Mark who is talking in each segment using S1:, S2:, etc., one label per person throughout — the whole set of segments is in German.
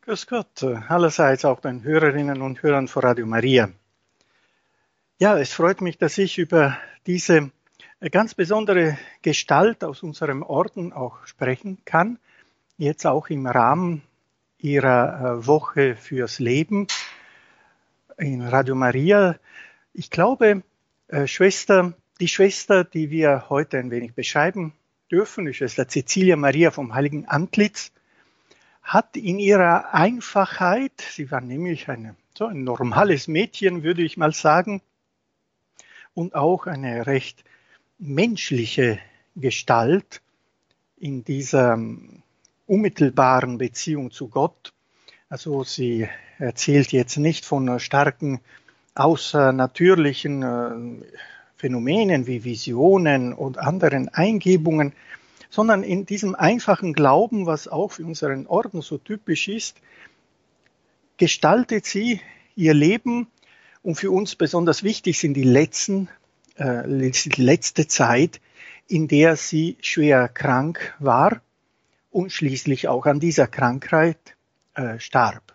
S1: Grüß Gott, allerseits auch den Hörerinnen und Hörern von Radio Maria. Ja, es freut mich, dass ich über diese ganz besondere Gestalt aus unserem Orden auch sprechen kann, jetzt auch im Rahmen Ihrer Woche fürs Leben in Radio Maria. Ich glaube, die Schwester, die wir heute ein wenig beschreiben dürfen, die Schwester Cecilia Maria vom Heiligen Antlitz, hat in ihrer Einfachheit, sie war nämlich ein normales Mädchen, würde ich mal sagen, und auch eine recht menschliche Gestalt in dieser unmittelbaren Beziehung zu Gott. Also sie erzählt jetzt nicht von starken außernatürlichen Phänomenen wie Visionen und anderen Eingebungen, sondern in diesem einfachen Glauben, was auch für unseren Orden so typisch ist, gestaltet sie ihr Leben. Und für uns besonders wichtig sind die letzte Zeit, in der sie schwer krank war und schließlich auch an dieser Krankheit starb.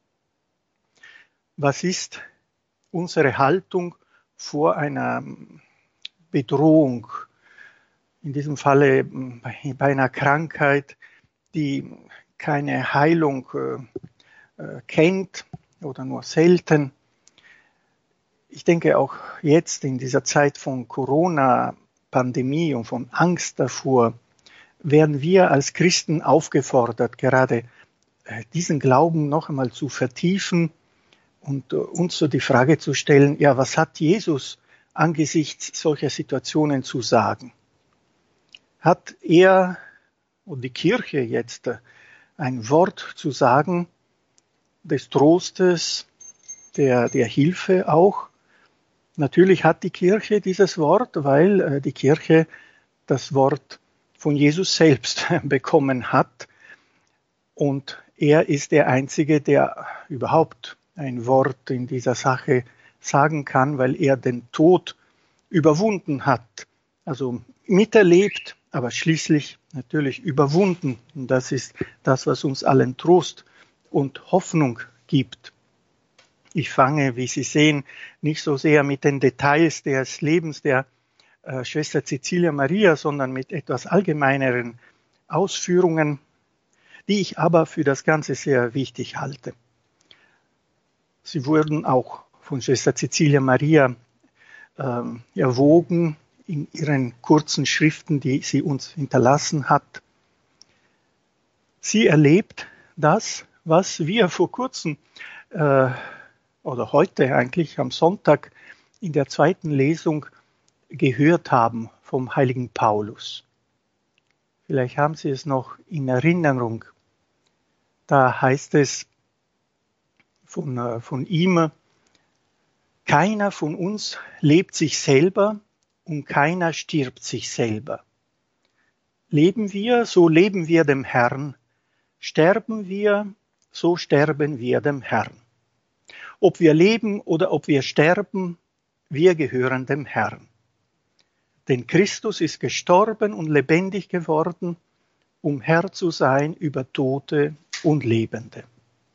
S1: Was ist unsere Haltung vor einer Bedrohung? In diesem Falle bei einer Krankheit, die keine Heilung kennt oder nur selten. Ich denke auch jetzt in dieser Zeit von Corona-Pandemie und von Angst davor, werden wir als Christen aufgefordert, gerade diesen Glauben noch einmal zu vertiefen und uns so die Frage zu stellen, ja, was hat Jesus angesichts solcher Situationen zu sagen? Hat er und die Kirche jetzt ein Wort zu sagen, des Trostes, der Hilfe auch? Natürlich hat die Kirche dieses Wort, weil die Kirche das Wort von Jesus selbst bekommen hat. Und er ist der Einzige, der überhaupt ein Wort in dieser Sache sagen kann, weil er den Tod überwunden hat. Also miterlebt, aber schließlich natürlich überwunden. Und das ist das, was uns allen Trost und Hoffnung gibt. Ich fange, wie Sie sehen, nicht so sehr mit den Details des Lebens der Schwester Cecilia Maria, sondern mit etwas allgemeineren Ausführungen, die ich aber für das Ganze sehr wichtig halte. Sie wurden auch von Schwester Cecilia Maria erwogen in ihren kurzen Schriften, die sie uns hinterlassen hat. Sie erlebt das, was wir vor kurzem oder heute eigentlich am Sonntag in der zweiten Lesung gehört haben vom heiligen Paulus. Vielleicht haben Sie es noch in Erinnerung. Da heißt es von ihm, keiner von uns lebt sich selber und keiner stirbt sich selber. Leben wir, so leben wir dem Herrn. Sterben wir, so sterben wir dem Herrn. Ob wir leben oder ob wir sterben, wir gehören dem Herrn. Denn Christus ist gestorben und lebendig geworden, um Herr zu sein über Tote und Lebende.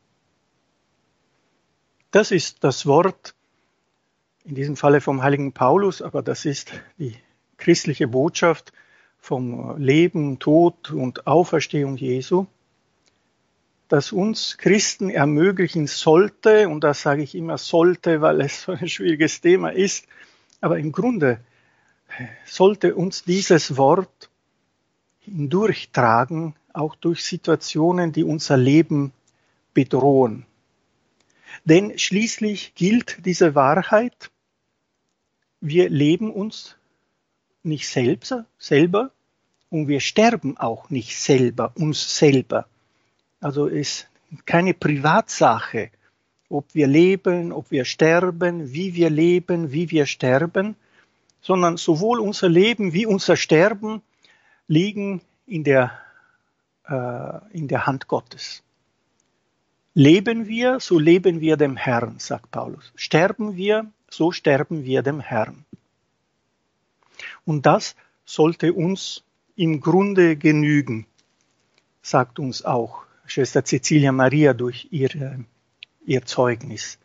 S1: Das ist das Wort, in diesem Falle vom heiligen Paulus, aber das ist die christliche Botschaft vom Leben, Tod und Auferstehung Jesu, das uns Christen ermöglichen sollte, und das sage ich immer sollte, weil es so ein schwieriges Thema ist, aber im Grunde sollte uns dieses Wort hindurchtragen, auch durch Situationen, die unser Leben bedrohen. Denn schließlich gilt diese Wahrheit, wir leben uns nicht selber und wir sterben auch nicht uns selber. Also ist keine Privatsache, ob wir leben, ob wir sterben, wie wir sterben, sondern sowohl unser Leben wie unser Sterben liegen in der Hand Gottes. Leben wir, so leben wir dem Herrn, sagt Paulus. Sterben wir, so sterben wir dem Herrn. Und das sollte uns im Grunde genügen, sagt uns auch Schwester Cecilia Maria durch ihr Zeugnis.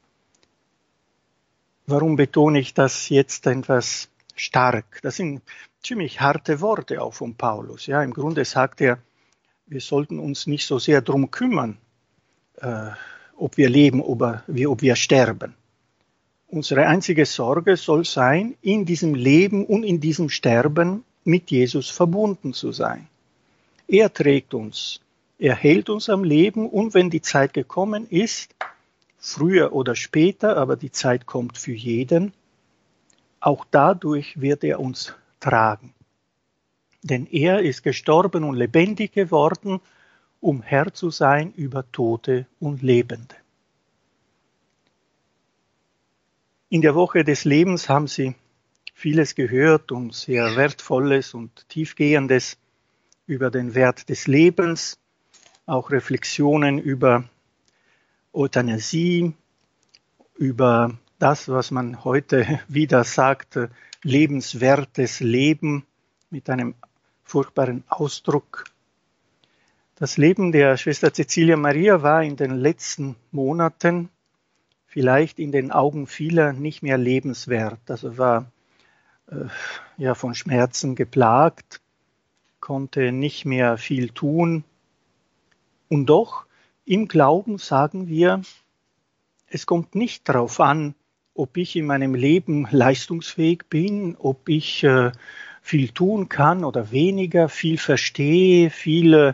S1: Warum betone ich das jetzt etwas stark? Das sind ziemlich harte Worte auch von Paulus. Ja, im Grunde sagt er, wir sollten uns nicht so sehr darum kümmern, ob wir leben oder ob wir sterben. Unsere einzige Sorge soll sein, in diesem Leben und in diesem Sterben mit Jesus verbunden zu sein. Er trägt uns, er hält uns am Leben und wenn die Zeit gekommen ist, früher oder später, aber die Zeit kommt für jeden, auch dadurch wird er uns tragen. Denn er ist gestorben und lebendig geworden, um Herr zu sein über Tote und Lebende. In der Woche des Lebens haben Sie vieles gehört und sehr Wertvolles und Tiefgehendes über den Wert des Lebens, auch Reflexionen über Euthanasie, über das, was man heute wieder sagt, lebenswertes Leben mit einem furchtbaren Ausdruck. Das Leben der Schwester Cecilia Maria war in den letzten Monaten vielleicht in den Augen vieler nicht mehr lebenswert. Also war von Schmerzen geplagt, konnte nicht mehr viel tun. Und doch im Glauben sagen wir, es kommt nicht darauf an, ob ich in meinem Leben leistungsfähig bin, ob ich viel tun kann oder weniger, viel verstehe, viel,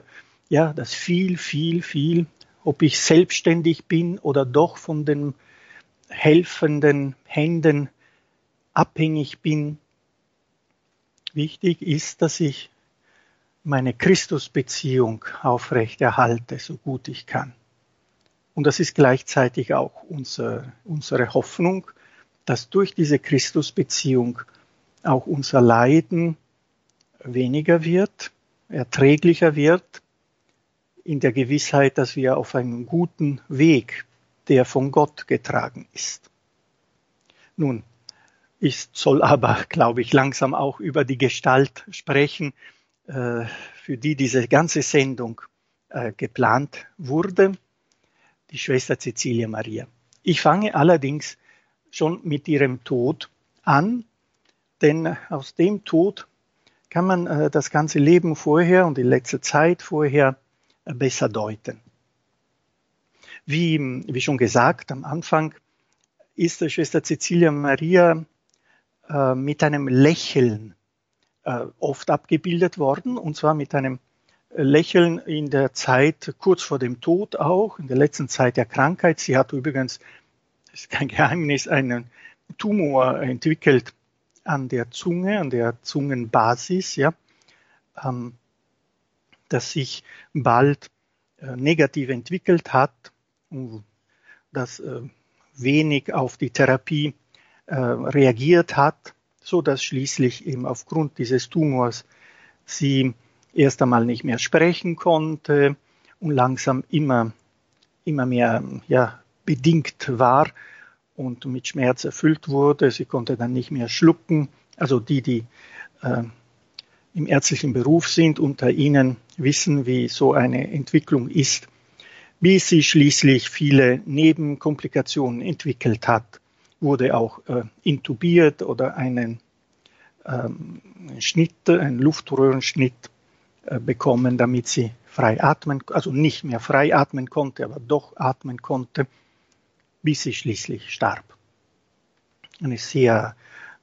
S1: ob ich selbstständig bin oder doch von den helfenden Händen abhängig bin. Wichtig ist, dass ich meine Christusbeziehung aufrechterhalte, so gut ich kann. Und das ist gleichzeitig auch unsere Hoffnung, dass durch diese Christusbeziehung auch unser Leiden weniger wird, erträglicher wird, in der Gewissheit, dass wir auf einem guten Weg, der von Gott getragen ist. Nun, ich soll aber, glaube ich, langsam auch über die Gestalt sprechen, für die diese ganze Sendung geplant wurde, die Schwester Cecilia Maria. Ich fange allerdings schon mit ihrem Tod an, denn aus dem Tod kann man das ganze Leben vorher und die letzte Zeit vorher besser deuten. Wie schon gesagt, am Anfang ist die Schwester Cecilia Maria mit einem Lächeln oft abgebildet worden, und zwar mit einem Lächeln in der Zeit kurz vor dem Tod auch, in der letzten Zeit der Krankheit. Sie hat übrigens, das ist kein Geheimnis, einen Tumor entwickelt an der Zunge, an der Zungenbasis, ja, das sich bald negativ entwickelt hat, das wenig auf die Therapie reagiert hat, so dass schließlich eben aufgrund dieses Tumors sie erst einmal nicht mehr sprechen konnte und langsam immer mehr bedingt war und mit Schmerz erfüllt wurde. Sie konnte dann nicht mehr schlucken. Also die im ärztlichen Beruf sind, unter ihnen wissen, wie so eine Entwicklung ist, bis sie schließlich viele Nebenkomplikationen entwickelt hat, wurde auch intubiert oder einen Schnitt, einen Luftröhrenschnitt bekommen, damit sie frei atmen, also nicht mehr frei atmen konnte, aber doch atmen konnte, bis sie schließlich starb. Eine sehr,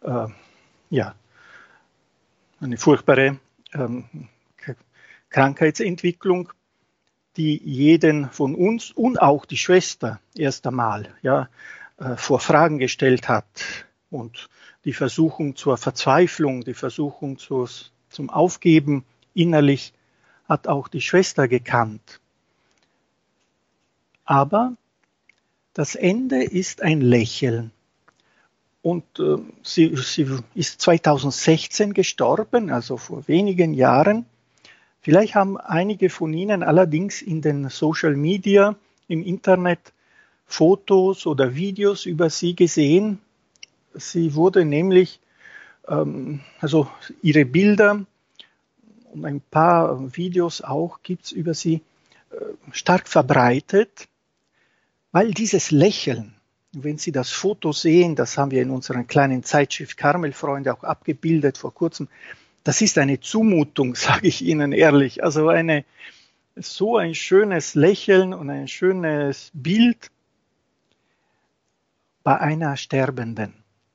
S1: eine furchtbare Krankheitsentwicklung, die jeden von uns und auch die Schwester erst einmal vor Fragen gestellt hat und die Versuchung zur Verzweiflung, die Versuchung zum Aufgeben innerlich hat auch die Schwester gekannt. Aber das Ende ist ein Lächeln. Und sie ist 2016 gestorben, also vor wenigen Jahren. Vielleicht haben einige von Ihnen allerdings in den Social Media, im Internet, Fotos oder Videos über sie gesehen. Sie wurde nämlich, ihre Bilder und ein paar Videos auch gibt es über sie, stark verbreitet, weil dieses Lächeln, wenn Sie das Foto sehen, das haben wir in unserer kleinen Zeitschrift Karmelfreunde auch abgebildet vor kurzem, das ist eine Zumutung, sage ich Ihnen ehrlich. Also so ein schönes Lächeln und ein schönes Bild bei einer Sterbenden.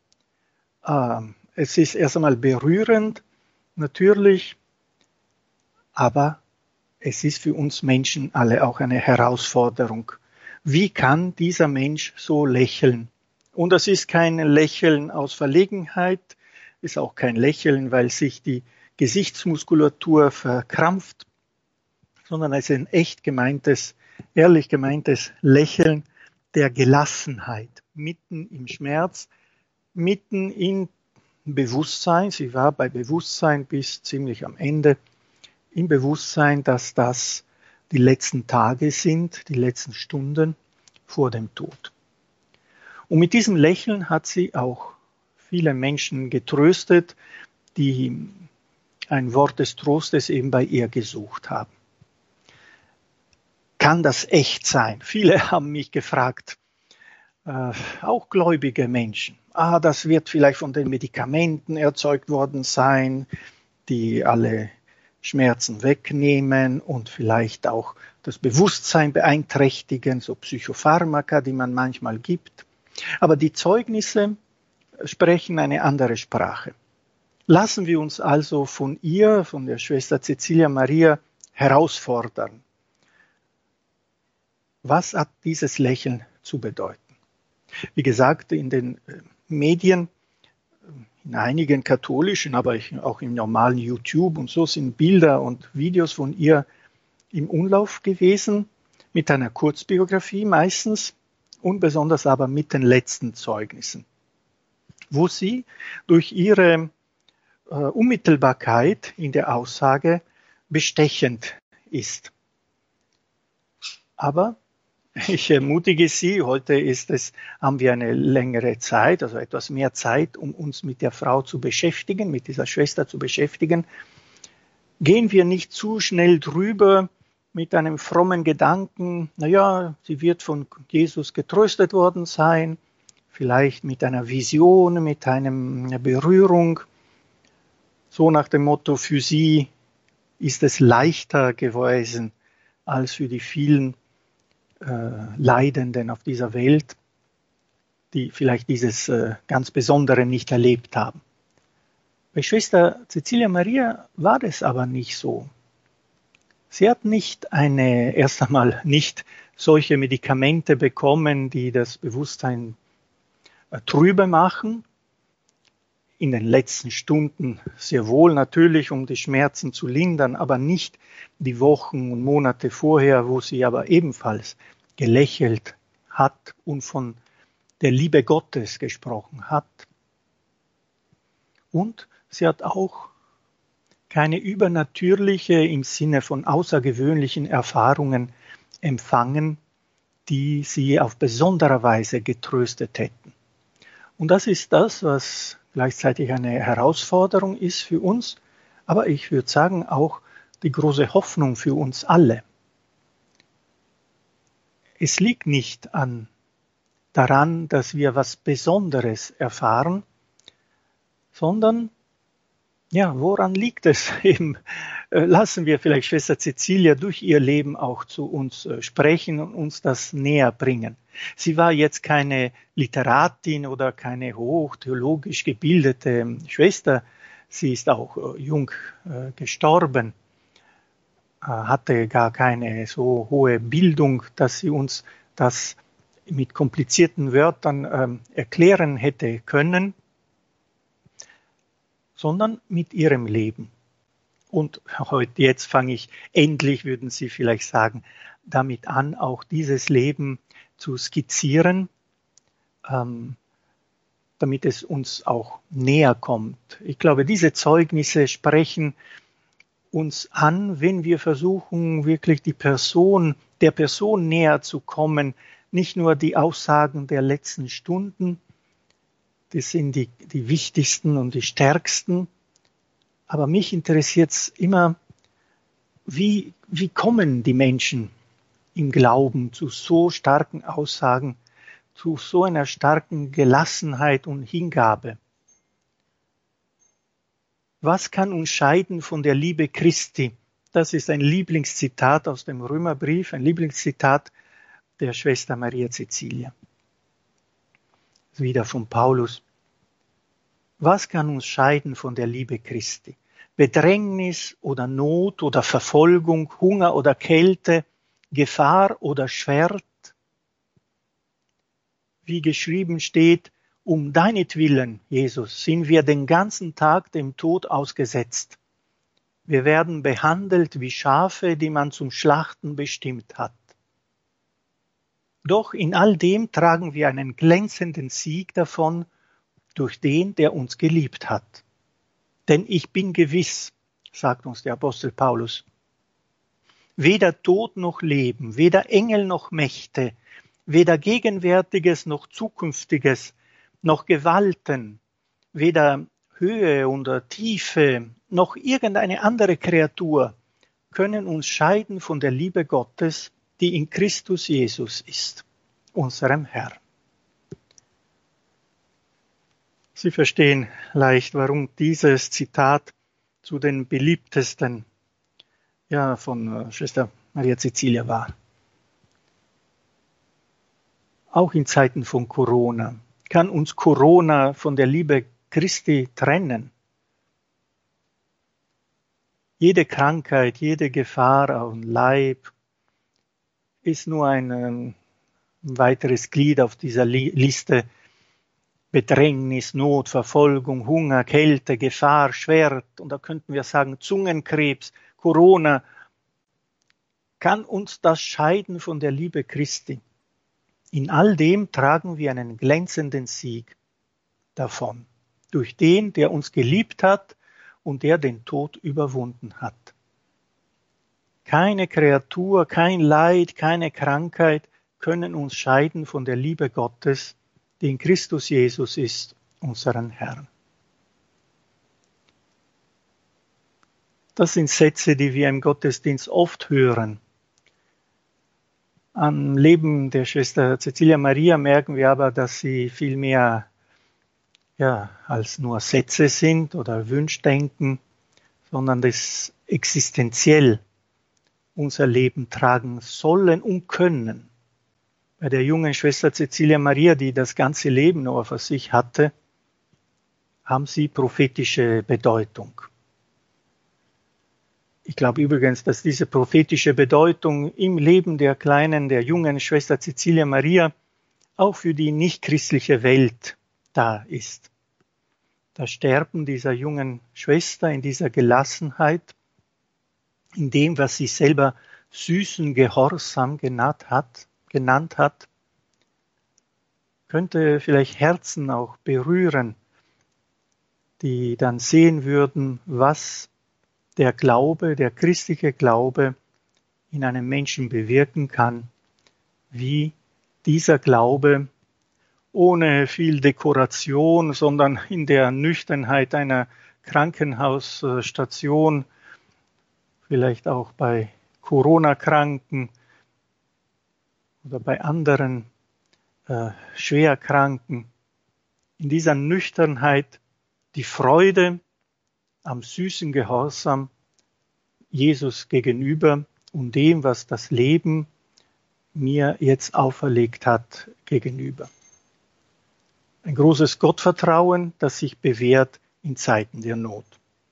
S1: Es ist erst einmal berührend, natürlich, aber es ist für uns Menschen alle auch eine Herausforderung. Wie kann dieser Mensch so lächeln? Und das ist kein Lächeln aus Verlegenheit, ist auch kein Lächeln, weil sich die Gesichtsmuskulatur verkrampft, sondern es ist ein echt gemeintes, ehrlich gemeintes Lächeln der Gelassenheit, mitten im Schmerz, mitten im Bewusstsein. Sie war bei Bewusstsein bis ziemlich am Ende, im Bewusstsein, dass das die letzten Tage sind, die letzten Stunden vor dem Tod. Und mit diesem Lächeln hat sie auch viele Menschen getröstet, die ein Wort des Trostes eben bei ihr gesucht haben. Kann das echt sein? Viele haben mich gefragt, auch gläubige Menschen. Das wird vielleicht von den Medikamenten erzeugt worden sein, die alle Schmerzen wegnehmen und vielleicht auch das Bewusstsein beeinträchtigen, so Psychopharmaka, die man manchmal gibt. Aber die Zeugnisse sprechen eine andere Sprache. Lassen wir uns also von ihr, von der Schwester Cecilia Maria, herausfordern. Was hat dieses Lächeln zu bedeuten? Wie gesagt, in den Medien, in einigen katholischen, aber auch im normalen YouTube und so sind Bilder und Videos von ihr im Umlauf gewesen, mit einer Kurzbiografie meistens und besonders aber mit den letzten Zeugnissen, wo sie durch ihre Unmittelbarkeit in der Aussage bestechend ist. Aber ich ermutige Sie, heute haben wir eine längere Zeit, also etwas mehr Zeit, um uns mit der Frau zu beschäftigen, mit dieser Schwester zu beschäftigen. Gehen wir nicht zu schnell drüber mit einem frommen Gedanken, sie wird von Jesus getröstet worden sein, vielleicht mit einer Vision, mit einer Berührung, so nach dem Motto, für sie ist es leichter gewesen als für die vielen Leidenden auf dieser Welt, die vielleicht dieses ganz Besondere nicht erlebt haben. Bei Schwester Cecilia Maria war das aber nicht so. Sie hat erst einmal nicht solche Medikamente bekommen, die das Bewusstsein trübe machen. In den letzten Stunden sehr wohl natürlich, um die Schmerzen zu lindern, aber nicht die Wochen und Monate vorher, wo sie aber ebenfalls gelächelt hat und von der Liebe Gottes gesprochen hat. Und sie hat auch keine übernatürliche im Sinne von außergewöhnlichen Erfahrungen empfangen, die sie auf besondere Weise getröstet hätten. Und das ist das, was gleichzeitig eine Herausforderung ist für uns, aber ich würde sagen auch die große Hoffnung für uns alle. Es liegt nicht daran, dass wir was Besonderes erfahren, sondern woran liegt es eben? Lassen wir vielleicht Schwester Cecilia durch ihr Leben auch zu uns sprechen und uns das näher bringen. Sie war jetzt keine Literatin oder keine hochtheologisch gebildete Schwester. Sie ist auch jung gestorben, hatte gar keine so hohe Bildung, dass sie uns das mit komplizierten Wörtern erklären hätte können, sondern mit ihrem Leben. Und jetzt fange ich endlich, würden Sie vielleicht sagen, damit an, auch dieses Leben zu skizzieren, damit es uns auch näher kommt. Ich glaube, diese Zeugnisse sprechen uns an, wenn wir versuchen, wirklich der Person näher zu kommen, nicht nur die Aussagen der letzten Stunden, das sind die wichtigsten und die stärksten. Aber mich interessiert es immer, wie kommen die Menschen im Glauben, zu so starken Aussagen, zu so einer starken Gelassenheit und Hingabe. Was kann uns scheiden von der Liebe Christi? Das ist ein Lieblingszitat aus dem Römerbrief, ein Lieblingszitat der Schwester Maria Cäcilia. Wieder von Paulus. Was kann uns scheiden von der Liebe Christi? Bedrängnis oder Not oder Verfolgung, Hunger oder Kälte, Gefahr oder Schwert? Wie geschrieben steht, um deinetwillen, Jesus, sind wir den ganzen Tag dem Tod ausgesetzt. Wir werden behandelt wie Schafe, die man zum Schlachten bestimmt hat. Doch in all dem tragen wir einen glänzenden Sieg davon, durch den, der uns geliebt hat. Denn ich bin gewiss, sagt uns der Apostel Paulus, weder Tod noch Leben, weder Engel noch Mächte, weder Gegenwärtiges noch Zukünftiges, noch Gewalten, weder Höhe oder Tiefe, noch irgendeine andere Kreatur können uns scheiden von der Liebe Gottes, die in Christus Jesus ist, unserem Herrn. Sie verstehen leicht, warum dieses Zitat zu den beliebtesten von Schwester Maria Cäcilia war. Auch in Zeiten von Corona kann uns Corona von der Liebe Christi trennen. Jede Krankheit, jede Gefahr am Leib ist nur ein weiteres Glied auf dieser Liste. Bedrängnis, Not, Verfolgung, Hunger, Kälte, Gefahr, Schwert, und da könnten wir sagen Zungenkrebs, Corona. Kann uns das scheiden von der Liebe Christi? In all dem tragen wir einen glänzenden Sieg davon, durch den, der uns geliebt hat und der den Tod überwunden hat. Keine Kreatur, kein Leid, keine Krankheit können uns scheiden von der Liebe Gottes, die in Christus Jesus ist, unseren Herrn. Das sind Sätze, die wir im Gottesdienst oft hören. Am Leben der Schwester Cäcilia Maria merken wir aber, dass sie viel mehr als nur Sätze sind oder Wunschdenken, sondern das existenziell unser Leben tragen sollen und können. Bei der jungen Schwester Cäcilia Maria, die das ganze Leben nur für sich hatte, haben sie prophetische Bedeutung. Ich glaube übrigens, dass diese prophetische Bedeutung im Leben der jungen Schwester Cäcilia Maria auch für die nichtchristliche Welt da ist. Das Sterben dieser jungen Schwester in dieser Gelassenheit, in dem, was sie selber süßen Gehorsam genannt hat, könnte vielleicht Herzen auch berühren, die dann sehen würden, was der Glaube, der christliche Glaube in einem Menschen bewirken kann, wie dieser Glaube ohne viel Dekoration, sondern in der Nüchternheit einer Krankenhausstation, vielleicht auch bei Corona-Kranken oder bei anderen Schwerkranken, in dieser Nüchternheit die Freude am süßen Gehorsam Jesus gegenüber und dem, was das Leben mir jetzt auferlegt hat, gegenüber. Ein großes Gottvertrauen, das sich bewährt in Zeiten der Not.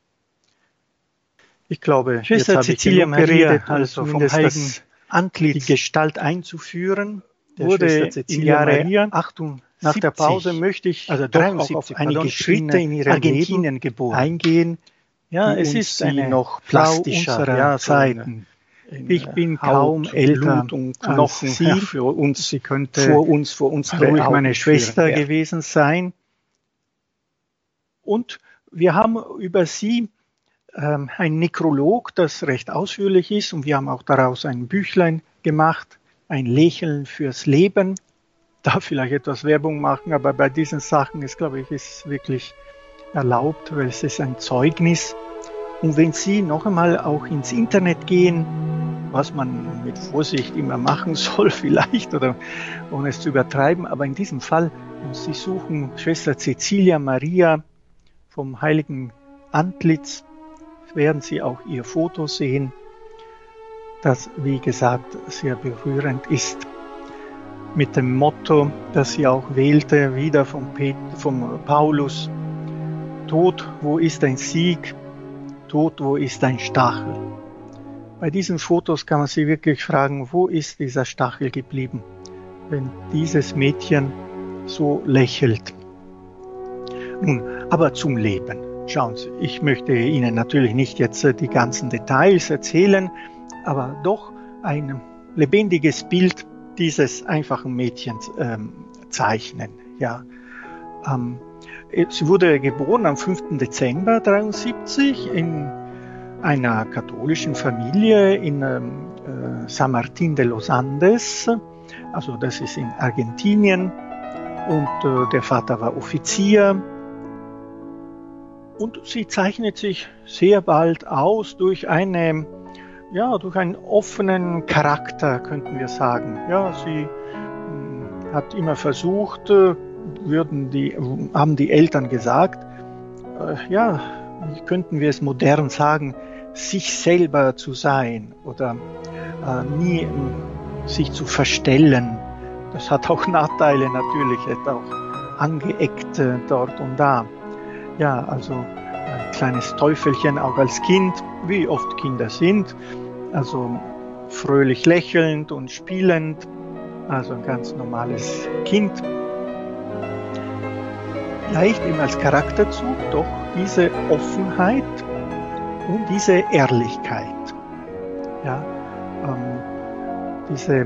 S1: Ich glaube, Schwester Cäcilia Maria, also vom heiligen Antlitz, die Gestalt einzuführen, wurde im Jahre 78. Nach der Pause möchte ich doch auf einige Schritte in ihrem Leben eingehen. Ja, es ist eine noch plastischer Zeiten. Ich bin kaum älter als sie. Für uns, sie könnte vor unsere Augen meine Schwester gewesen sein. Und wir haben über sie ein Nekrolog, das recht ausführlich ist. Und wir haben auch daraus ein Büchlein gemacht, ein Lächeln fürs Leben. Darf vielleicht etwas Werbung machen, aber bei diesen Sachen ist, glaube ich, ist wirklich erlaubt, weil es ist ein Zeugnis. Und wenn Sie noch einmal auch ins Internet gehen, was man mit Vorsicht immer machen soll vielleicht, oder ohne es zu übertreiben. Aber in diesem Fall, Sie suchen Schwester Cecilia Maria vom Heiligen Antlitz, werden Sie auch ihr Foto sehen, das, wie gesagt, sehr berührend ist. Mit dem Motto, das sie auch wählte, wieder vom Paulus: Tod, wo ist dein Sieg? Tod, wo ist dein Stachel? Bei diesen Fotos kann man sich wirklich fragen, wo ist dieser Stachel geblieben, wenn dieses Mädchen so lächelt. Nun, aber zum Leben. Schauen Sie, ich möchte Ihnen natürlich nicht jetzt die ganzen Details erzählen, aber doch ein lebendiges Bild dieses einfachen Mädchens zeichnen. Ja. Sie wurde geboren am 5. Dezember 1973 in einer katholischen Familie in San Martín de los Andes, also das ist in Argentinien, und der Vater war Offizier. Und sie zeichnet sich sehr bald aus durch einen offenen Charakter, könnten wir sagen. Ja, sie hat immer versucht, haben die Eltern gesagt, wie könnten wir es modern sagen, sich selber zu sein oder nie sich zu verstellen. Das hat auch Nachteile natürlich, hat auch angeeckt dort und da. Ja, also ein kleines Teufelchen auch als Kind, wie oft Kinder sind, also fröhlich lächelnd und spielend, also ein ganz normales Kind. Vielleicht eben als Charakterzug doch diese Offenheit und diese Ehrlichkeit, ja, diese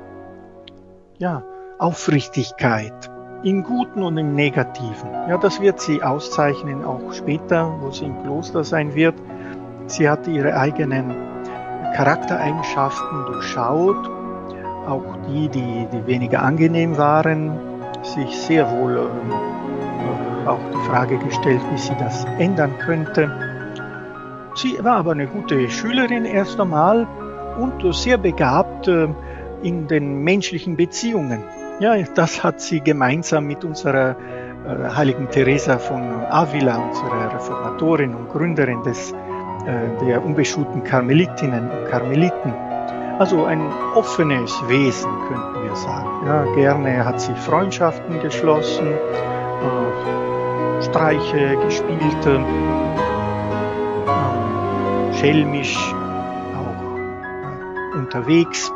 S1: Aufrichtigkeit im Guten und im Negativen. Ja, das wird sie auszeichnen, auch später, wo sie im Kloster sein wird. Sie hat ihre eigenen Charaktereigenschaften durchschaut, auch die weniger angenehm waren, sich sehr wohl auch die Frage gestellt, wie sie das ändern könnte. Sie war aber eine gute Schülerin erst einmal und sehr begabt in den menschlichen Beziehungen. Ja, das hat sie gemeinsam mit unserer heiligen Teresa von Avila, unserer Reformatorin und Gründerin der unbeschuhten Karmelitinnen und Karmeliten. Also ein offenes Wesen, könnten wir sagen. Ja, gerne hat sie Freundschaften geschlossen, Streiche gespielt, schelmisch auch unterwegs.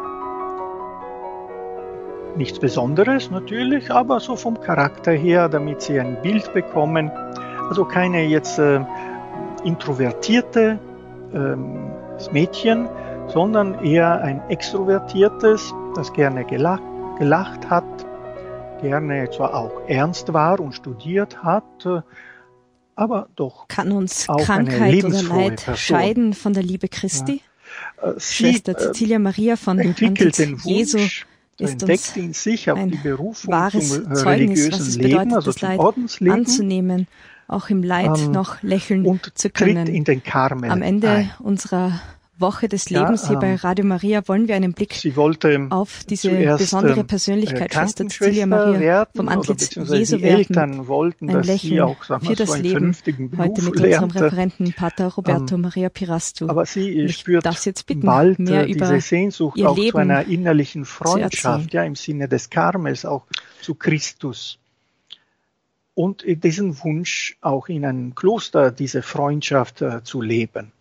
S1: Nichts Besonderes natürlich, aber so vom Charakter her, damit Sie ein Bild bekommen. Also keine jetzt introvertierte Mädchen, sondern eher ein extrovertiertes, das gerne gelacht hat, gerne zwar auch ernst war und studiert hat, aber doch
S2: kann uns
S1: auch
S2: Krankheit oder Leid scheiden von der Liebe Christi?
S1: Ja.
S2: Schwester Cecilia Maria von
S1: entwickelt den
S2: Jesu
S1: Wunsch,
S2: ist
S1: entdeckt
S2: uns
S1: in sich auch
S2: ein
S1: die Berufung
S2: wahres
S1: zum
S2: Zeugnis,
S1: religiösen
S2: was es
S1: Leben,
S2: bedeutet,
S1: also
S2: das
S1: zum
S2: Leid
S1: Ordensleben,
S2: anzunehmen, auch im Leid noch lächeln
S1: und
S2: zu
S1: tritt
S2: können.
S1: in den Karmel
S2: Am Ende
S1: ein.
S2: unserer Woche des Lebens hier bei Radio Maria wollen wir einen Blick
S1: Sie wollte
S2: auf diese
S1: zuerst
S2: besondere Persönlichkeit, Schwester Cecilia Maria
S1: werden,
S2: vom Antlitz
S1: beziehungsweise
S2: Jesu
S1: die
S2: werfen.
S1: Eltern wollten,
S2: Ein
S1: dass sie
S2: Lächeln
S1: auch, sagen wir,
S2: für das
S1: so einen
S2: Leben,
S1: vernünftigen Beruf
S2: heute mit unserem
S1: lernte.
S2: Referenten Pater Roberto Maria Pirastu.
S1: Aber sie
S2: Ich
S1: spürt
S2: darf Sie jetzt bitten,
S1: bald
S2: mehr
S1: diese
S2: über
S1: Sehnsucht
S2: ihr
S1: auch zu
S2: Leben
S1: einer innerlichen
S2: erzählen.
S1: Freundschaft, ja, im Sinne des Karmels, auch zu Christus. Und diesen Wunsch, auch in einem Kloster diese Freundschaft zu leben.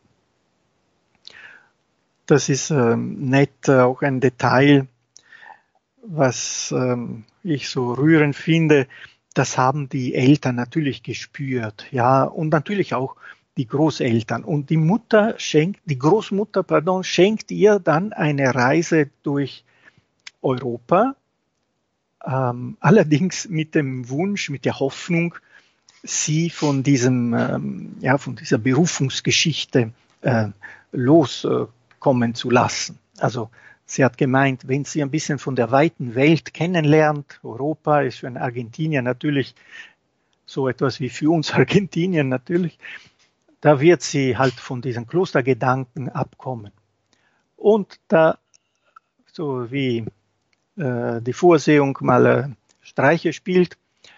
S1: Das ist nett, auch ein Detail, was ich so rührend finde. Das haben die Eltern natürlich gespürt, ja, und natürlich auch die Großeltern. Und die Großmutter schenkt ihr dann eine Reise durch Europa, allerdings mit dem Wunsch, mit der Hoffnung, sie von von dieser Berufungsgeschichte loskommen zu lassen. Also sie hat gemeint, wenn sie ein bisschen von der weiten Welt kennenlernt, Europa ist für einen Argentinier natürlich so etwas wie für uns Argentinien natürlich, da wird sie halt von diesen Klostergedanken abkommen. Und da, so wie die Vorsehung mal Streiche spielt,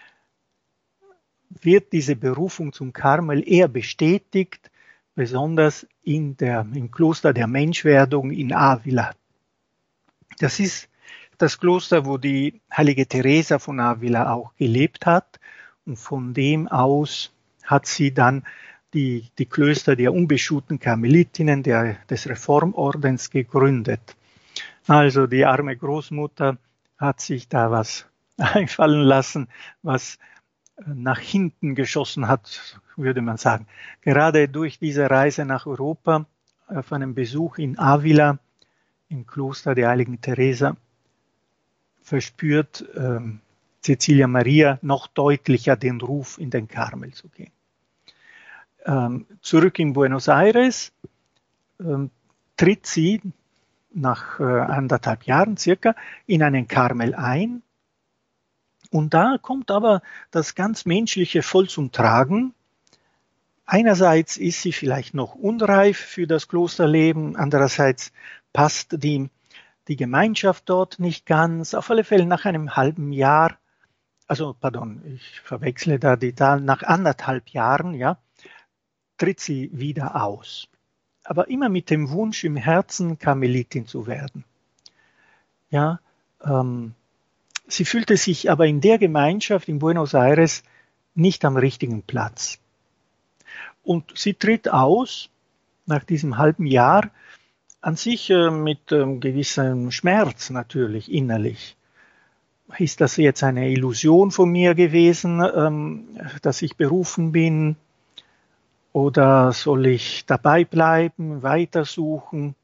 S1: wird diese Berufung zum Karmel eher bestätigt, besonders im Kloster der Menschwerdung in Avila. Das ist das Kloster, wo die heilige Teresa von Avila auch gelebt hat, und von dem aus hat sie dann die Klöster der unbeschuhten Karmelitinnen des Reformordens gegründet. Also die arme Großmutter hat sich da was einfallen lassen, was nach hinten geschossen hat, würde man sagen. Gerade durch diese Reise nach Europa, auf einem Besuch in Avila, im Kloster der heiligen Teresa, verspürt Cecilia Maria noch deutlicher den Ruf, in den Karmel zu gehen. Zurück in Buenos Aires tritt sie nach 1,5 Jahren circa in einen Karmel ein. Und da kommt aber das ganz Menschliche voll zum Tragen. Einerseits ist sie vielleicht noch unreif für das Klosterleben, andererseits passt die Gemeinschaft dort nicht ganz. Auf alle Fälle nach einem halben Jahr, ich verwechsle da die Zahl, nach 1,5 Jahren, ja, tritt sie wieder aus. Aber immer mit dem Wunsch im Herzen, Karmelitin zu werden. Ja, sie fühlte sich aber in der Gemeinschaft in Buenos Aires nicht am richtigen Platz. Und sie tritt aus, nach diesem halben Jahr, an sich mit gewissem Schmerz natürlich innerlich. Ist das jetzt eine Illusion von mir gewesen, dass ich berufen bin? Oder soll ich dabei bleiben, weitersuchen?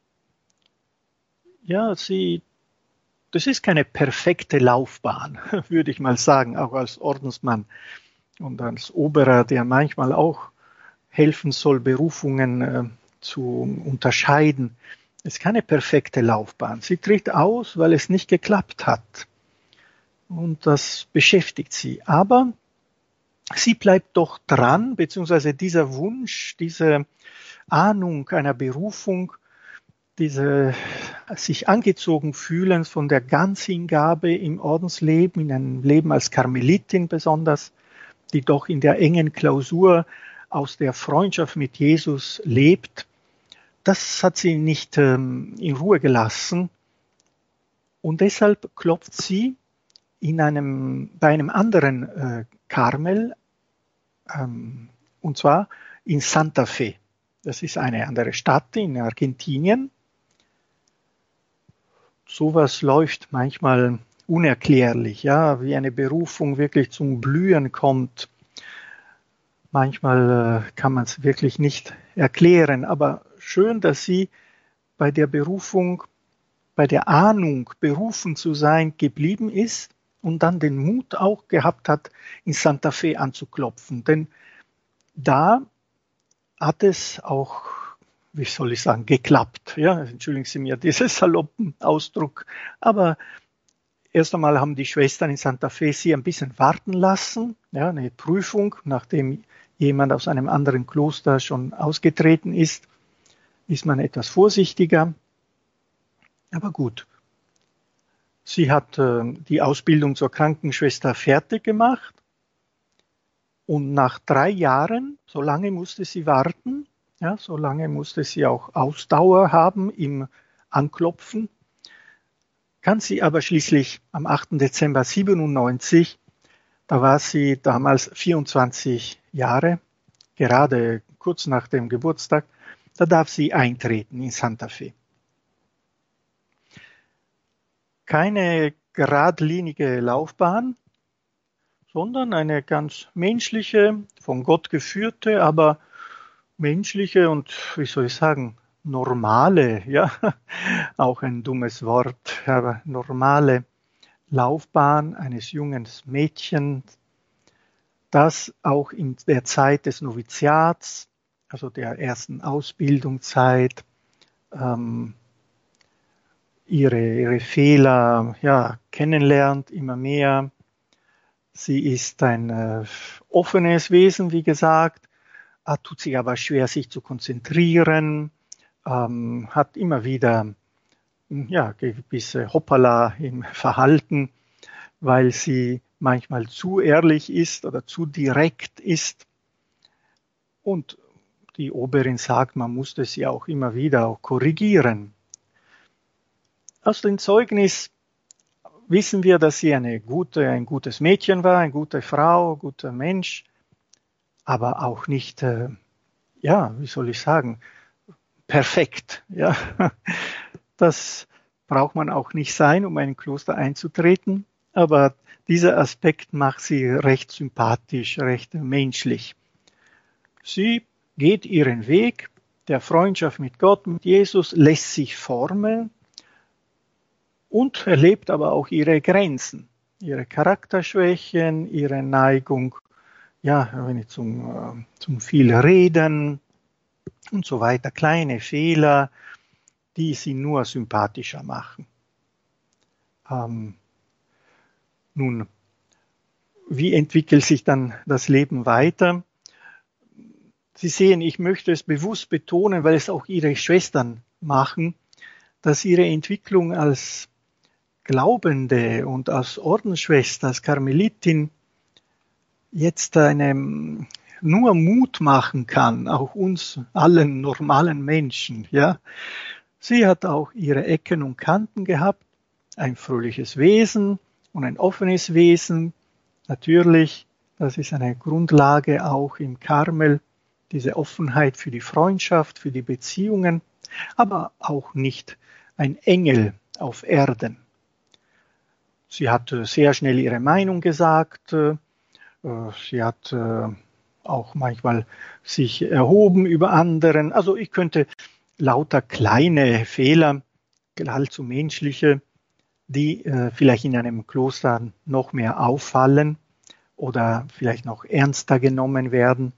S1: Ja, das ist keine perfekte Laufbahn, würde ich mal sagen, auch als Ordensmann und als Oberer, der manchmal auch helfen soll, Berufungen zu unterscheiden. Es ist keine perfekte Laufbahn. Sie tritt aus, weil es nicht geklappt hat. Und das beschäftigt sie. Aber sie bleibt doch dran, beziehungsweise dieser Wunsch, diese Ahnung einer Berufung, diese sich angezogen fühlen von der Ganzhingabe im Ordensleben, in einem Leben als Karmelitin besonders, die doch in der engen Klausur aus der Freundschaft mit Jesus lebt, das hat sie nicht in Ruhe gelassen. Und deshalb klopft sie bei einem anderen Karmel, und zwar in Santa Fe. Das ist eine andere Stadt in Argentinien. Sowas läuft manchmal unerklärlich, ja, wie eine Berufung wirklich zum Blühen kommt. Manchmal kann man es wirklich nicht erklären, aber schön, dass sie bei der Berufung, bei der Ahnung, berufen zu sein, geblieben ist und dann den Mut auch gehabt hat, in Santa Fe anzuklopfen. Denn da hat es auch, wie soll ich sagen, geklappt. Ja, entschuldigen Sie mir diesen saloppen Ausdruck. Aber erst einmal haben die Schwestern in Santa Fe sie ein bisschen warten lassen. Ja, eine Prüfung, nachdem jemand aus einem anderen Kloster schon ausgetreten ist man etwas vorsichtiger. Aber gut. Sie hat die Ausbildung zur Krankenschwester fertig gemacht. Und nach 3 Jahren, so lange musste sie warten, ja, so lange musste sie auch Ausdauer haben im Anklopfen, kann sie aber schließlich am 8. Dezember 97, da war sie damals 24 Jahre, gerade kurz nach dem Geburtstag, da darf sie eintreten in Santa Fe. Keine geradlinige Laufbahn, sondern eine ganz menschliche, von Gott geführte, aber menschliche und, wie soll ich sagen, normale, ja, auch ein dummes Wort, aber normale Laufbahn eines jungen Mädchens, das auch in der Zeit des Noviziats, also der ersten Ausbildungszeit, ihre Fehler kennenlernt, immer mehr. Sie ist ein offenes Wesen, wie gesagt, tut sich aber schwer, sich zu konzentrieren, hat immer wieder ja, gewisse Hoppala im Verhalten, weil sie manchmal zu ehrlich ist oder zu direkt ist. Und die Oberin sagt, man musste sie auch immer wieder auch korrigieren. Aus dem Zeugnis wissen wir, dass sie ein gutes Mädchen war, eine gute Frau, ein guter Mensch, aber auch nicht, wie soll ich sagen, perfekt. Ja. Das braucht man auch nicht sein, um ein Kloster einzutreten, aber dieser Aspekt macht sie recht sympathisch, recht menschlich. Sie geht ihren Weg der Freundschaft mit Gott, mit Jesus, lässt sich formen und erlebt aber auch ihre Grenzen, ihre Charakterschwächen, ihre Neigung, zum viel Reden und so weiter, kleine Fehler, die sie nur sympathischer machen. Nun, wie entwickelt sich dann das Leben weiter? Sie sehen, ich möchte es bewusst betonen, weil es auch Ihre Schwestern machen, dass ihre Entwicklung als Glaubende und als Ordensschwester, als Karmelitin jetzt einem nur Mut machen kann, auch uns allen normalen Menschen. Ja, sie hat auch ihre Ecken und Kanten gehabt, ein fröhliches Wesen und ein offenes Wesen. Natürlich, das ist eine Grundlage auch im Karmel, diese Offenheit für die Freundschaft, für die Beziehungen, aber auch nicht ein Engel auf Erden. Sie hat sehr schnell ihre Meinung gesagt, sie hat auch manchmal sich erhoben über anderen. Also ich könnte lauter kleine Fehler, allzu menschliche, die vielleicht in einem Kloster noch mehr auffallen oder vielleicht noch ernster genommen werden.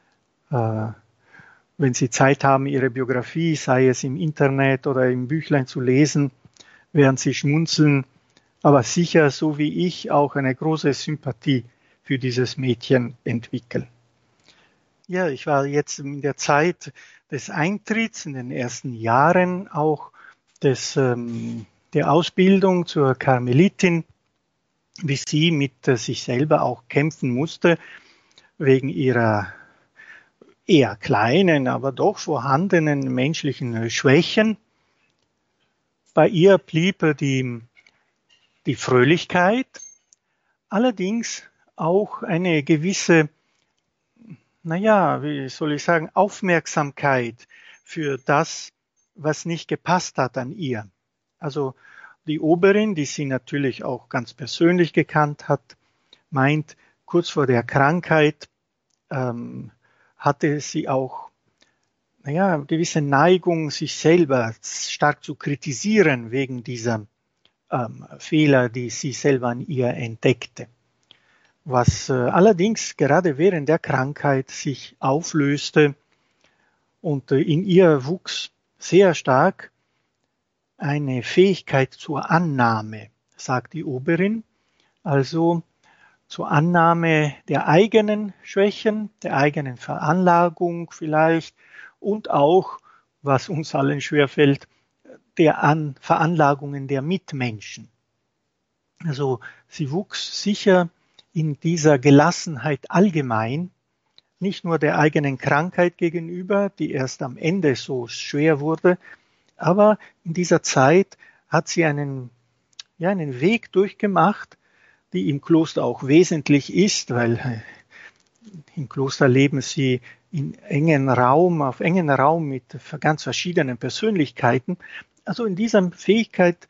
S1: Wenn Sie Zeit haben, Ihre Biografie, sei es im Internet oder im Büchlein zu lesen, werden Sie schmunzeln, aber sicher, so wie ich, auch eine große Sympathie für dieses Mädchen entwickeln. Ja, ich war jetzt in der Zeit des Eintritts, in den ersten Jahren auch der Ausbildung zur Karmelitin, wie sie mit sich selber auch kämpfen musste, wegen ihrer eher kleinen, aber doch vorhandenen menschlichen Schwächen. Bei ihr blieb die Fröhlichkeit, allerdings auch eine gewisse, Aufmerksamkeit für das, was nicht gepasst hat an ihr. Also die Oberin, die sie natürlich auch ganz persönlich gekannt hat, meint, kurz vor der Krankheit hatte sie auch gewisse Neigung, sich selber stark zu kritisieren wegen dieser Fehler, die sie selber an ihr entdeckte. Was allerdings gerade während der Krankheit sich auflöste und in ihr wuchs sehr stark eine Fähigkeit zur Annahme, sagt die Oberin, also zur Annahme der eigenen Schwächen, der eigenen Veranlagung vielleicht und auch, was uns allen schwerfällt, der Veranlagungen der Mitmenschen. Also sie wuchs sicher in dieser Gelassenheit allgemein, nicht nur der eigenen Krankheit gegenüber, die erst am Ende so schwer wurde, aber in dieser Zeit hat sie einen Weg durchgemacht, die im Kloster auch wesentlich ist, weil im Kloster leben sie auf engen Raum mit ganz verschiedenen Persönlichkeiten. Also in dieser Fähigkeit,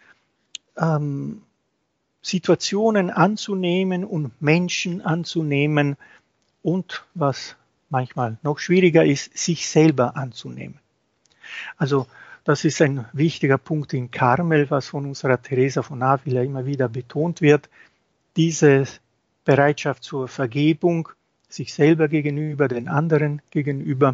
S1: Situationen anzunehmen und Menschen anzunehmen und, was manchmal noch schwieriger ist, sich selber anzunehmen. Also das ist ein wichtiger Punkt in Karmel, was von unserer Teresa von Avila immer wieder betont wird. Diese Bereitschaft zur Vergebung, sich selber gegenüber, den anderen gegenüber,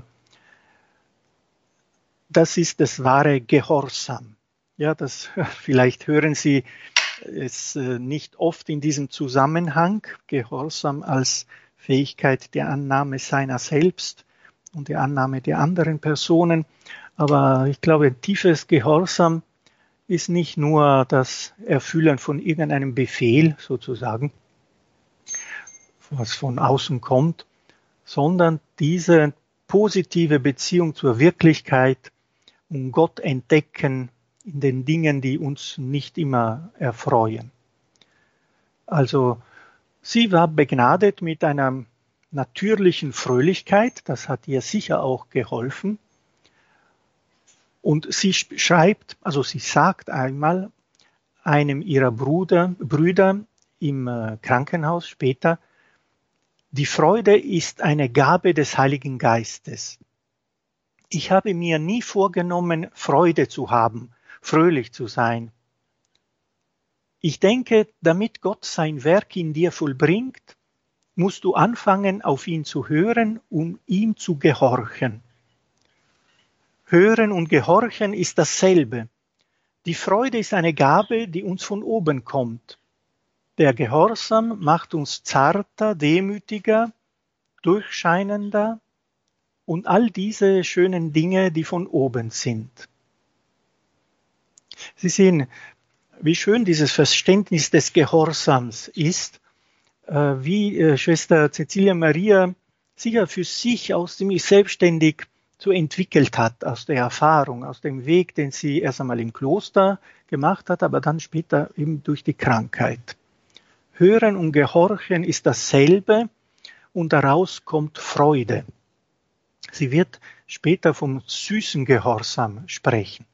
S1: das ist das wahre Gehorsam. Ja, vielleicht hören Sie es nicht oft in diesem Zusammenhang, Gehorsam als Fähigkeit der Annahme seiner selbst und der Annahme der anderen Personen. Aber ich glaube, tiefes Gehorsam ist nicht nur das Erfüllen von irgendeinem Befehl sozusagen, was von außen kommt, sondern diese positive Beziehung zur Wirklichkeit und Gott entdecken in den Dingen, die uns nicht immer erfreuen. Also sie war begnadet mit einer natürlichen Fröhlichkeit, das hat ihr sicher auch geholfen. Und sie schreibt, also sie sagt einmal einem ihrer Brüder im Krankenhaus später, die Freude ist eine Gabe des Heiligen Geistes. Ich habe mir nie vorgenommen, Freude zu haben, fröhlich zu sein. Ich denke, damit Gott sein Werk in dir vollbringt, musst du anfangen, auf ihn zu hören, um ihm zu gehorchen. Hören und Gehorchen ist dasselbe. Die Freude ist eine Gabe, die uns von oben kommt. Der Gehorsam macht uns zarter, demütiger, durchscheinender und all diese schönen Dinge, die von oben sind. Sie sehen, wie schön dieses Verständnis des Gehorsams ist, wie Schwester Cecilia Maria sicher für sich aus dem selbstständig so entwickelt hat, aus der Erfahrung, aus dem Weg, den sie erst einmal im Kloster gemacht hat, aber dann später eben durch die Krankheit. Hören und Gehorchen ist dasselbe und daraus kommt Freude. Sie wird später vom süßen Gehorsam sprechen.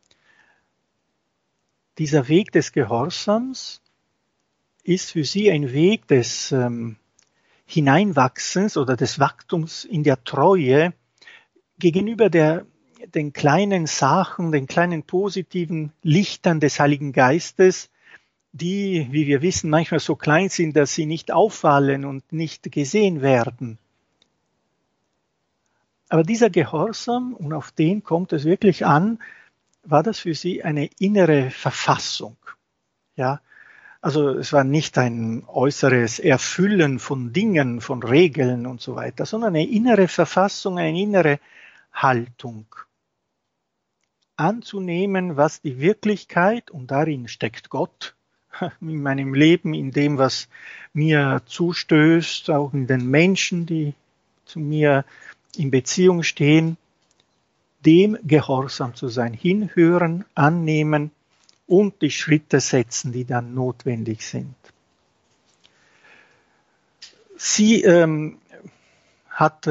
S1: Dieser Weg des Gehorsams ist für sie ein Weg des Hineinwachsens oder des Wachstums in der Treue gegenüber den kleinen Sachen, den kleinen positiven Lichtern des Heiligen Geistes, die, wie wir wissen, manchmal so klein sind, dass sie nicht auffallen und nicht gesehen werden. Aber dieser Gehorsam, und auf den kommt es wirklich an, war das für sie eine innere Verfassung. Ja, also es war nicht ein äußeres Erfüllen von Dingen, von Regeln und so weiter, sondern eine innere Verfassung, eine innere Haltung. Anzunehmen, was die Wirklichkeit, und darin steckt Gott, in meinem Leben, in dem, was mir zustößt, auch in den Menschen, die zu mir in Beziehung stehen, dem gehorsam zu sein, hinhören, annehmen und die Schritte setzen, die dann notwendig sind. Sie hat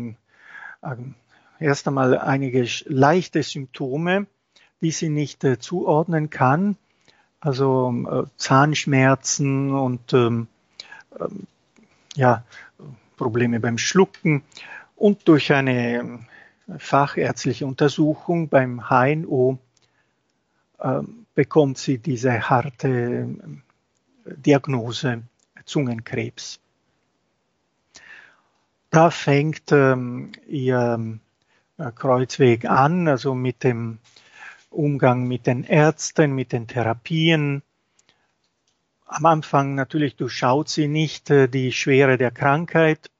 S1: erst einmal einige leichte Symptome, die sie nicht zuordnen kann, also Zahnschmerzen und Probleme beim Schlucken, und durch eine fachärztliche Untersuchung beim HNO bekommt sie diese harte Diagnose Zungenkrebs. Da fängt ihr Kreuzweg an, also mit dem Umgang mit den Ärzten, mit den Therapien. Am Anfang natürlich durchschaut sie nicht die Schwere der Krankheit.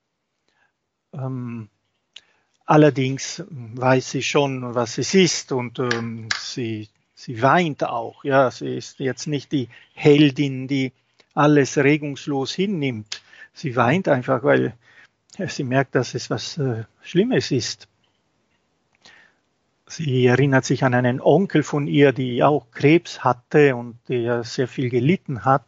S1: Allerdings weiß sie schon, was es ist, und sie weint auch. Ja, sie ist jetzt nicht die Heldin, die alles regungslos hinnimmt. Sie weint einfach, weil sie merkt, dass es was Schlimmes ist. Sie erinnert sich an einen Onkel von ihr, die auch Krebs hatte und der sehr viel gelitten hat.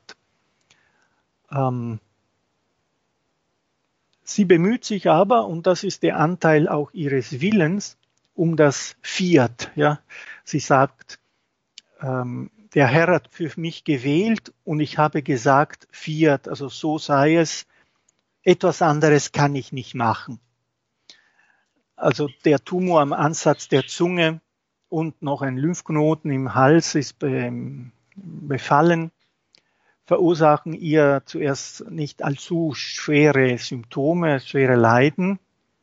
S1: Sie bemüht sich aber, und das ist der Anteil auch ihres Willens, um das Fiat. Ja. Sie sagt, der Herr hat für mich gewählt und ich habe gesagt, Fiat, also so sei es, etwas anderes kann ich nicht machen. Also der Tumor am Ansatz der Zunge und noch ein Lymphknoten im Hals ist befallen, verursachen ihr zuerst nicht allzu schwere Symptome, schwere Leiden,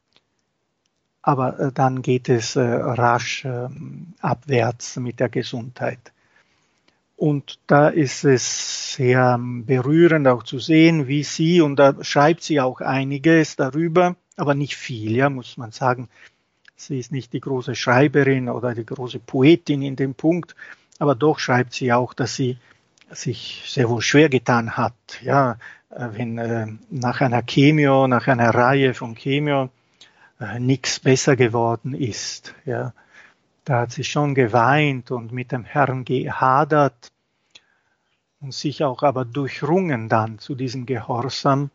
S1: aber dann geht es rasch abwärts mit der Gesundheit. Und da ist es sehr berührend auch zu sehen, wie sie, und da schreibt sie auch einiges darüber, aber nicht viel, ja, muss man sagen. Sie ist nicht die große Schreiberin oder die große Poetin in dem Punkt, Aber doch schreibt sie auch, dass sie sich sehr wohl schwer getan hat. Ja, wenn nach einer Chemio, nach einer Reihe von Chemio nichts besser geworden ist. Ja, da hat sie schon geweint und mit dem Herrn gehadert und sich auch aber durchrungen dann zu diesem Gehorsam,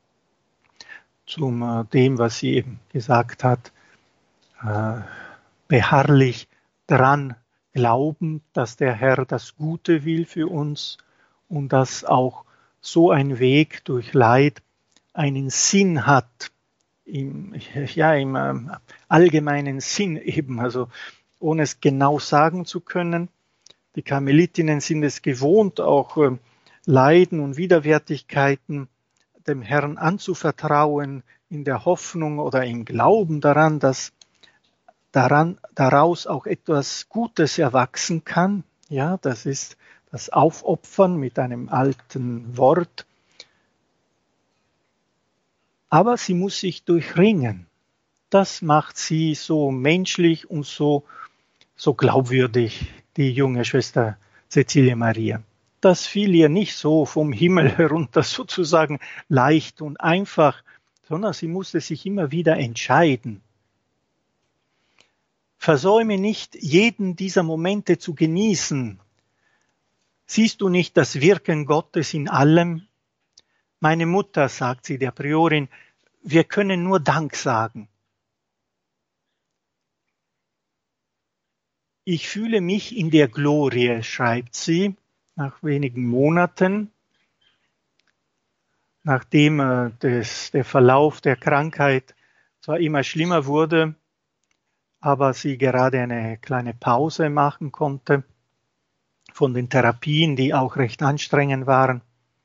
S1: zum dem, was sie eben gesagt hat, beharrlich dran glauben, dass der Herr das Gute will für uns und dass auch so ein Weg durch Leid einen Sinn hat, im allgemeinen Sinn eben, also ohne es genau sagen zu können. Die Karmelitinnen sind es gewohnt, auch Leiden und Widerwärtigkeiten dem Herrn anzuvertrauen, in der Hoffnung oder im Glauben daran, dass daraus auch etwas Gutes erwachsen kann. Ja, das ist das Aufopfern mit einem alten Wort. Aber sie muss sich durchringen. Das macht sie so menschlich und so glaubwürdig, die junge Schwester Cäcilia Maria. Das fiel ihr nicht so vom Himmel herunter sozusagen leicht und einfach, sondern sie musste sich immer wieder entscheiden. Versäume nicht, jeden dieser Momente zu genießen. Siehst du nicht das Wirken Gottes in allem? Meine Mutter, sagt sie der Priorin, wir können nur Dank sagen. Ich fühle mich in der Glorie, schreibt sie, nach wenigen Monaten, nachdem der Verlauf der Krankheit zwar immer schlimmer wurde, aber sie gerade eine kleine Pause machen konnte von den Therapien, die auch recht anstrengend waren.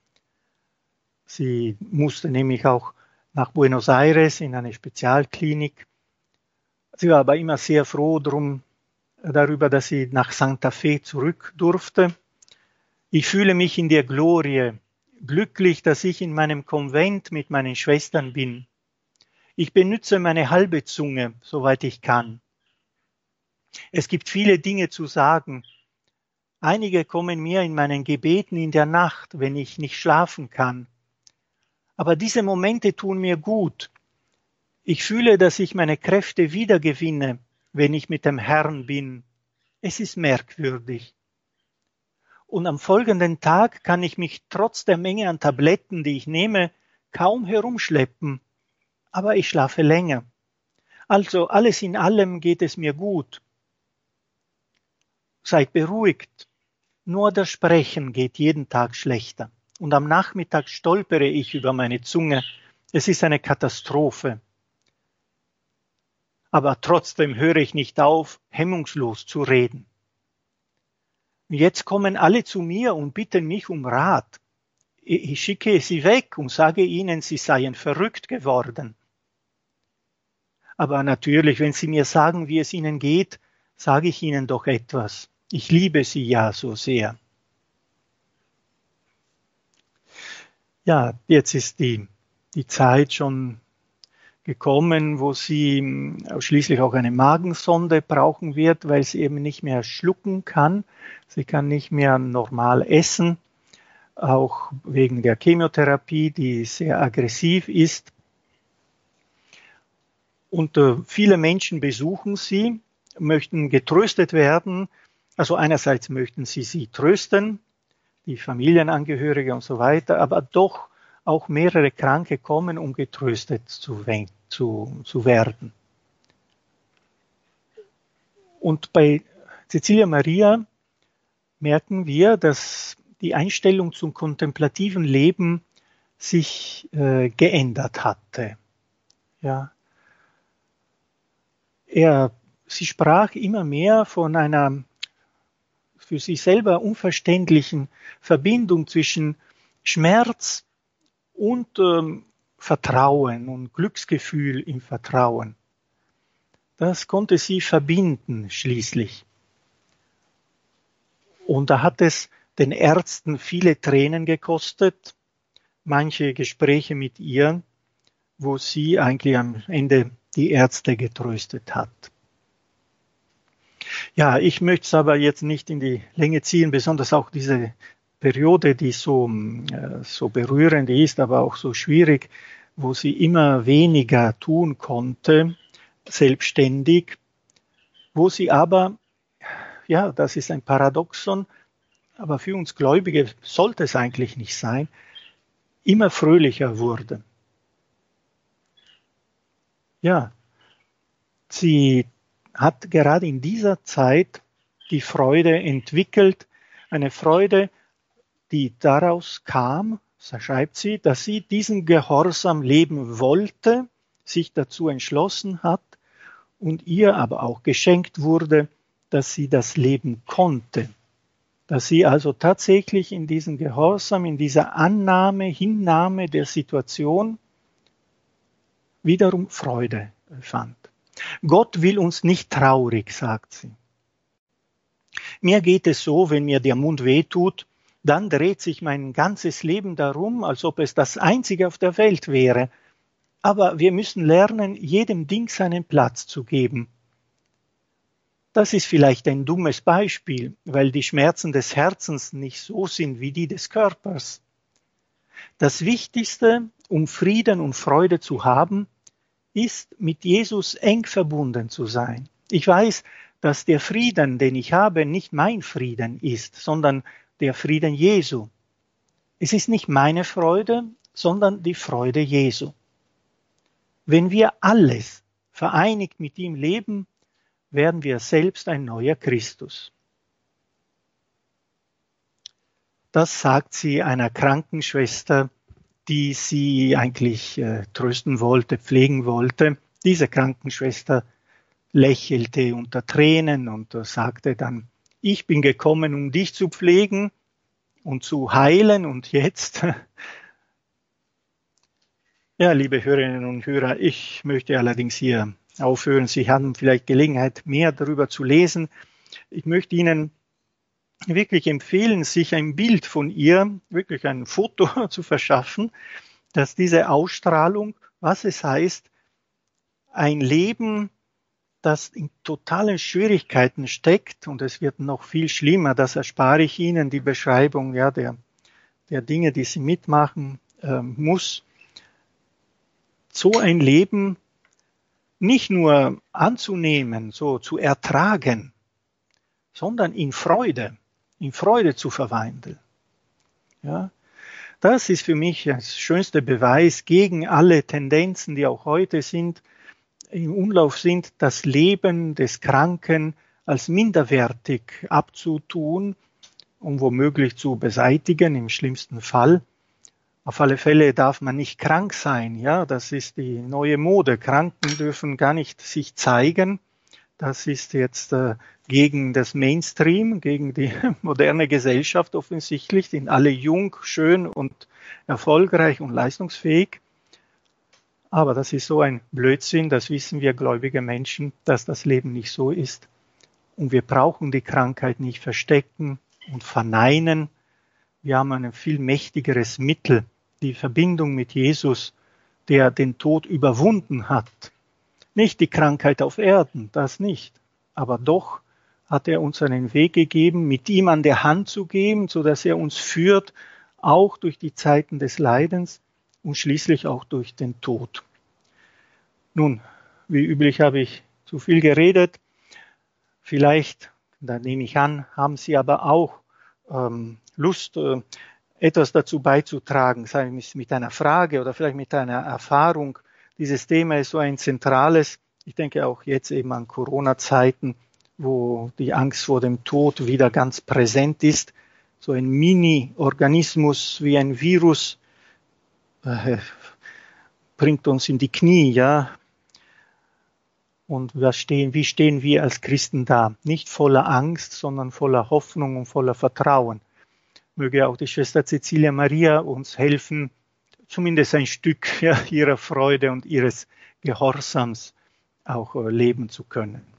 S1: Sie musste nämlich auch nach Buenos Aires in eine Spezialklinik. Sie war aber immer sehr froh darüber, dass sie nach Santa Fe zurück durfte. Ich fühle mich in der Glorie, glücklich, dass ich in meinem Konvent mit meinen Schwestern bin. Ich benütze meine halbe Zunge, soweit ich kann. Es gibt viele Dinge zu sagen. Einige kommen mir in meinen Gebeten in der Nacht, wenn ich nicht schlafen kann. Aber diese Momente tun mir gut. Ich fühle, dass ich meine Kräfte wiedergewinne, wenn ich mit dem Herrn bin. Es ist merkwürdig. Und am folgenden Tag kann ich mich trotz der Menge an Tabletten, die ich nehme, kaum herumschleppen. Aber ich schlafe länger. Also alles in allem geht es mir gut. Seid beruhigt. Nur das Sprechen geht jeden Tag schlechter. Und am Nachmittag stolpere ich über meine Zunge. Es ist eine Katastrophe. Aber trotzdem höre ich nicht auf, hemmungslos zu reden. Und jetzt kommen alle zu mir und bitten mich um Rat. Ich schicke sie weg und sage ihnen, sie seien verrückt geworden. Aber natürlich, wenn sie mir sagen, wie es ihnen geht, sage ich ihnen doch etwas. Ich liebe sie ja so sehr. Ja, jetzt ist die Zeit schon gekommen, wo sie schließlich auch eine Magensonde brauchen wird, weil sie eben nicht mehr schlucken kann. Sie kann nicht mehr normal essen, auch wegen der Chemotherapie, die sehr aggressiv ist. Und viele Menschen besuchen sie, möchten getröstet werden. Also einerseits möchten sie trösten, die Familienangehörige und so weiter, aber doch auch mehrere Kranke kommen, um getröstet zu werden. Und bei Cäcilia Maria merken wir, dass die Einstellung zum kontemplativen Leben sich geändert hatte. Ja. Sie sprach immer mehr von einer für sie selber unverständlichen Verbindung zwischen Schmerz und Vertrauen und Glücksgefühl im Vertrauen. Das konnte sie verbinden schließlich. Und da hat es den Ärzten viele Tränen gekostet, manche Gespräche mit ihr, wo sie eigentlich am Ende die Ärzte getröstet hat. Ja, ich möchte es aber jetzt nicht in die Länge ziehen, besonders auch diese Periode, die so berührend ist, aber auch so schwierig, wo sie immer weniger tun konnte, selbstständig, wo sie aber, ja, das ist ein Paradoxon, aber für uns Gläubige sollte es eigentlich nicht sein, immer fröhlicher wurde. Ja, sie hat gerade in dieser Zeit die Freude entwickelt, eine Freude, die daraus kam, so schreibt sie, dass sie diesen Gehorsam leben wollte, sich dazu entschlossen hat und ihr aber auch geschenkt wurde, dass sie das leben konnte. Dass sie also tatsächlich in diesem Gehorsam, in dieser Annahme, Hinnahme der Situation wiederum Freude fand. Gott will uns nicht traurig, sagt sie. Mir geht es so, wenn mir der Mund wehtut, dann dreht sich mein ganzes Leben darum, als ob es das Einzige auf der Welt wäre. Aber wir müssen lernen, jedem Ding seinen Platz zu geben. Das ist vielleicht ein dummes Beispiel, weil die Schmerzen des Herzens nicht so sind wie die des Körpers. Das Wichtigste, um Frieden und Freude zu haben, ist, mit Jesus eng verbunden zu sein. Ich weiß, dass der Frieden, den ich habe, nicht mein Frieden ist, sondern der Frieden Jesu. Es ist nicht meine Freude, sondern die Freude Jesu. Wenn wir alles vereinigt mit ihm leben, werden wir selbst ein neuer Christus. Das sagt sie einer Krankenschwester, die sie eigentlich trösten wollte, pflegen wollte. Diese Krankenschwester lächelte unter Tränen und sagte dann, ich bin gekommen, um dich zu pflegen und zu heilen und jetzt. Ja, liebe Hörerinnen und Hörer, ich möchte allerdings hier aufhören. Sie haben vielleicht Gelegenheit, mehr darüber zu lesen. Ich möchte Ihnen wirklich empfehlen, sich ein Bild von ihr, wirklich ein Foto zu verschaffen, dass diese Ausstrahlung, was es heißt, ein Leben, das in totalen Schwierigkeiten steckt, und es wird noch viel schlimmer, das erspare ich Ihnen, die Beschreibung ja, der Dinge, die sie mitmachen muss, so ein Leben nicht nur anzunehmen, so zu ertragen, sondern in Freude zu verwandeln. Ja, das ist für mich das schönste Beweis gegen alle Tendenzen, die auch heute im Umlauf sind, das Leben des Kranken als minderwertig abzutun und womöglich zu beseitigen, im schlimmsten Fall. Auf alle Fälle darf man nicht krank sein, ja, das ist die neue Mode. Kranken dürfen gar nicht sich zeigen. Das ist jetzt gegen das Mainstream, gegen die moderne Gesellschaft offensichtlich, sind alle jung, schön und erfolgreich und leistungsfähig. Aber das ist so ein Blödsinn, das wissen wir gläubige Menschen, dass das Leben nicht so ist. Und wir brauchen die Krankheit nicht verstecken und verneinen. Wir haben ein viel mächtigeres Mittel, die Verbindung mit Jesus, der den Tod überwunden hat. Nicht die Krankheit auf Erden, das nicht. Aber doch hat er uns einen Weg gegeben, mit ihm an der Hand zu gehen, sodass er uns führt, auch durch die Zeiten des Leidens und schließlich auch durch den Tod. Nun, wie üblich habe ich zu viel geredet. Vielleicht, da nehme ich an, haben Sie aber auch Lust, etwas dazu beizutragen, sei es mit einer Frage oder vielleicht mit einer Erfahrung. Dieses Thema ist so ein zentrales, ich denke auch jetzt eben an Corona-Zeiten, wo die Angst vor dem Tod wieder ganz präsent ist. So ein Mini-Organismus wie ein Virus bringt uns in die Knie, ja. Und wie stehen wir als Christen da? Nicht voller Angst, sondern voller Hoffnung und voller Vertrauen. Möge auch die Schwester Cecilia Maria uns helfen, zumindest ein Stück ihrer Freude und ihres Gehorsams auch leben zu können.